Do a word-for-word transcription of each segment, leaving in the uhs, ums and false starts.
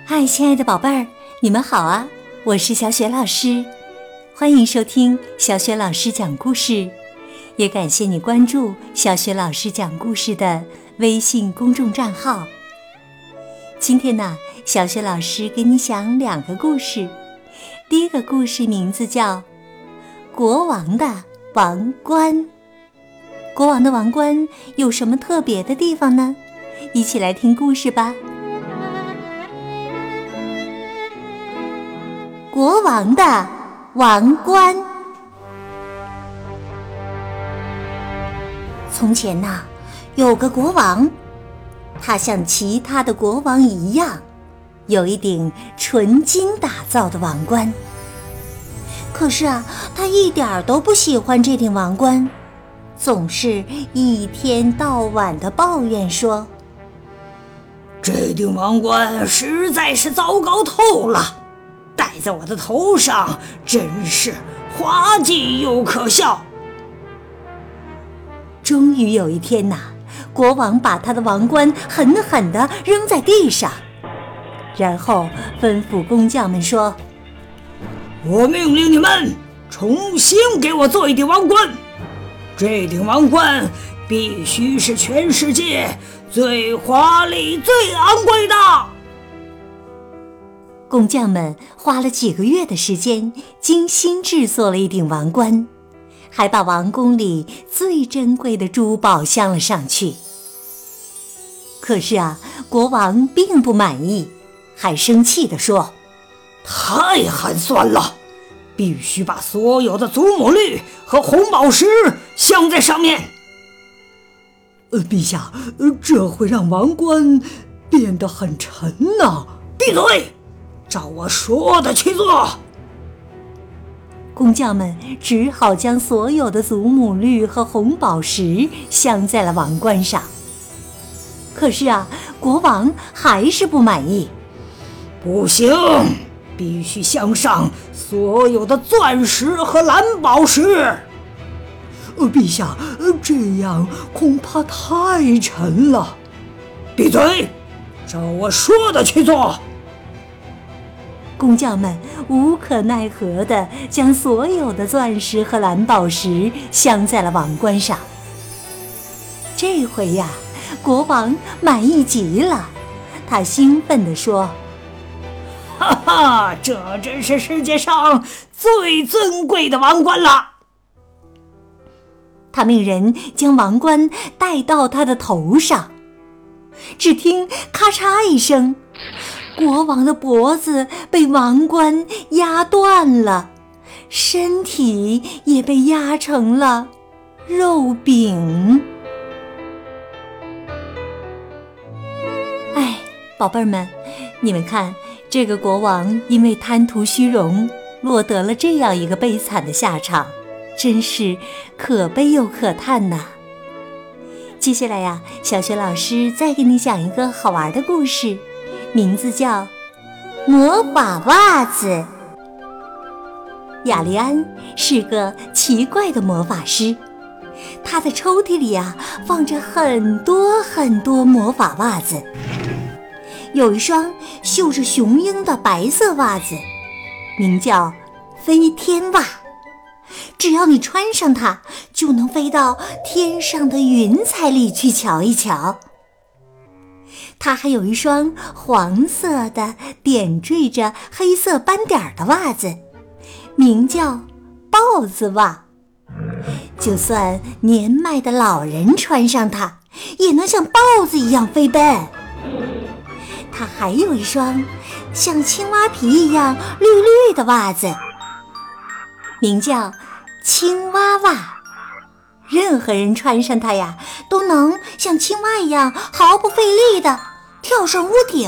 嗨，亲爱的宝贝儿，你们好啊！我是小雪老师，欢迎收听小雪老师讲故事，也感谢你关注小雪老师讲故事的微信公众账号。今天呢，小雪老师给你讲两个故事。第一个故事名字叫《国王的王冠》。国王的王冠有什么特别的地方呢？一起来听故事吧。国王的王冠。从前呐，有个国王，他像其他的国王一样，有一顶纯金打造的王冠。可是啊，他一点都不喜欢这顶王冠，总是一天到晚地抱怨说： 这顶王冠实在是糟糕透了，戴在我的头上真是滑稽又可笑。 终于有一天呐，国王把他的王冠狠狠地扔在地上，然后吩咐工匠们说： 我命令你们重新给我做一顶王冠，这顶王冠必须是全世界最华丽最昂贵的。 工匠们花了几个月的时间，精心制作了一顶王冠，还把王宫里最珍贵的珠宝镶了上去。可是啊，国王并不满意，还生气地说： 太寒酸了，必须把所有的祖母绿和红宝石镶在上面。呃，陛下，呃，这会让王冠变得很沉呐。闭嘴，照我说的去做。 工匠们只好将所有的祖母绿和红宝石镶在了王冠上。可是啊，国王还是不满意。 不行，必须镶上所有的钻石和蓝宝石。呃，陛下，呃，这样恐怕太沉了。闭嘴，照我说的去做。 工匠们无可奈何地将所有的钻石和蓝宝石镶在了王冠上。这回呀，国王满意极了，他兴奋地说： 哈哈，这真是世界上最尊贵的王冠了。 他命人将王冠戴到他的头上，只听咔嚓一声，国王的脖子被王冠压断了，身体也被压成了肉饼。哎，宝贝儿们，你们看，这个国王因为贪图虚荣，落得了这样一个悲惨的下场，真是可悲又可叹呐。接下来呀，小雪老师再给你讲一个好玩的故事，名字叫《魔法袜子》。雅利安是个奇怪的魔法师，他的抽屉里啊放着很多很多魔法袜子。有一双绣着雄鹰的白色袜子，名叫飞天袜，只要你穿上它，就能飞到天上的云彩里去瞧一瞧。它还有一双黄色的点缀着黑色斑点的袜子，名叫豹子袜，就算年迈的老人穿上它，也能像豹子一样飞奔。它还有一双像青蛙皮一样绿绿的袜子，名叫青蛙袜，任何人穿上它呀，都能像青蛙一样毫不费力地跳上屋顶。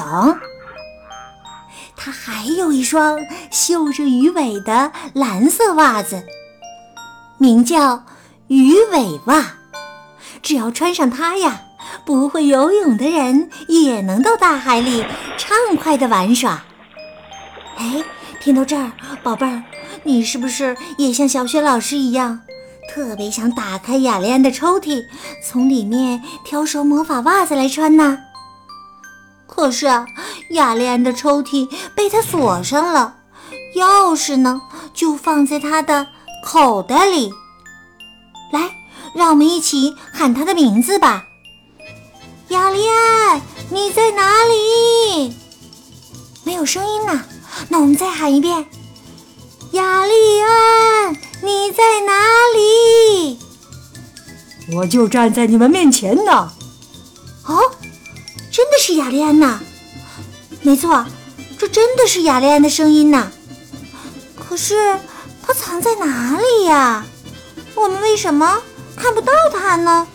它还有一双绣着鱼尾的蓝色袜子，名叫鱼尾袜，只要穿上它呀，不会游泳的人也能到大海里畅快地玩耍。哎，听到这儿，宝贝儿，你是不是也像小雪老师一样，特别想打开雅利安的抽屉，从里面挑双魔法袜子来穿呢？可可是啊，雅丽安的抽屉被他锁上了，钥匙呢就放在他的口袋里。来，让我们一起喊他的名字吧。雅丽安，你在哪里？没有声音呢，那我们再喊一遍。雅丽安，你在哪里？ 我就站在你们面前呢。 哦，真的是雅丽安呐！没错，这真的是雅丽安的声音呐。可是她藏在哪里呀？我们为什么看不到她呢？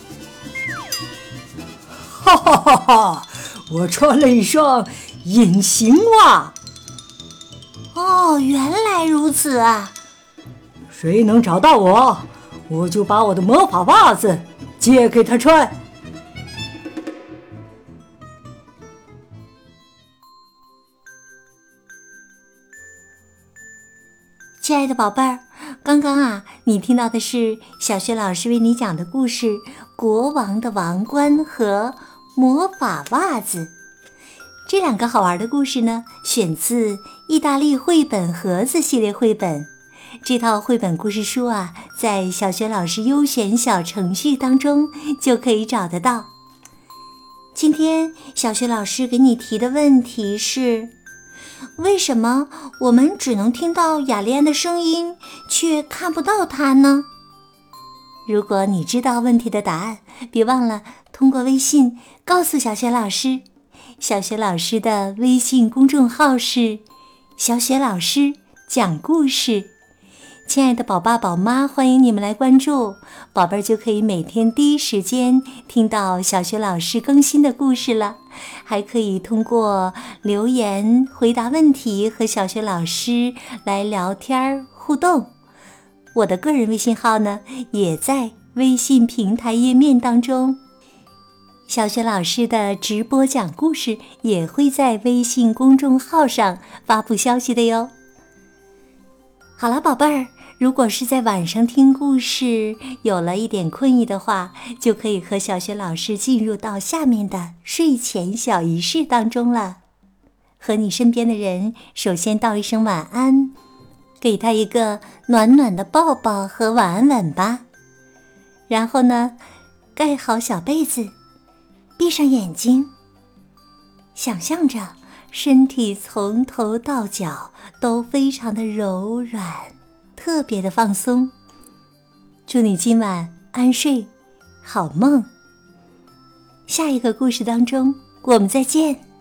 哈哈哈哈！我穿了一双隐形袜。 哦，原来如此啊！ 谁能找到我，我就把我的魔法袜子借给他穿。 亲爱的宝贝儿，刚刚啊，你听到的是小学老师为你讲的故事《国王的王冠》和魔法袜子。这两个好玩的故事呢，选自意大利绘本盒子系列绘本。这套绘本故事书啊，在小学老师优选小程序当中就可以找得到。今天小学老师给你提的问题是：为什么我们只能听到雅丽安的声音，却看不到她呢？如果你知道问题的答案，别忘了通过微信告诉小雪老师。小雪老师的微信公众号是小雪老师讲故事。亲爱的宝爸宝妈，欢迎你们来关注，宝贝儿就可以每天第一时间听到小雪老师更新的故事了，还可以通过留言回答问题和小雪老师来聊天互动。我的个人微信号呢，也在微信平台页面当中。小雪老师的直播讲故事也会在微信公众号上发布消息的哟。好了，宝贝儿，如果是在晚上听故事有了一点困意的话，就可以和小雪老师进入到下面的睡前小仪式当中了。和你身边的人首先道一声晚安，给他一个暖暖的抱抱和晚安吻吧。然后呢，盖好小被子，闭上眼睛，想象着身体从头到脚都非常的柔软，特别的放松。祝你今晚安睡，好梦。下一个故事当中，我们再见。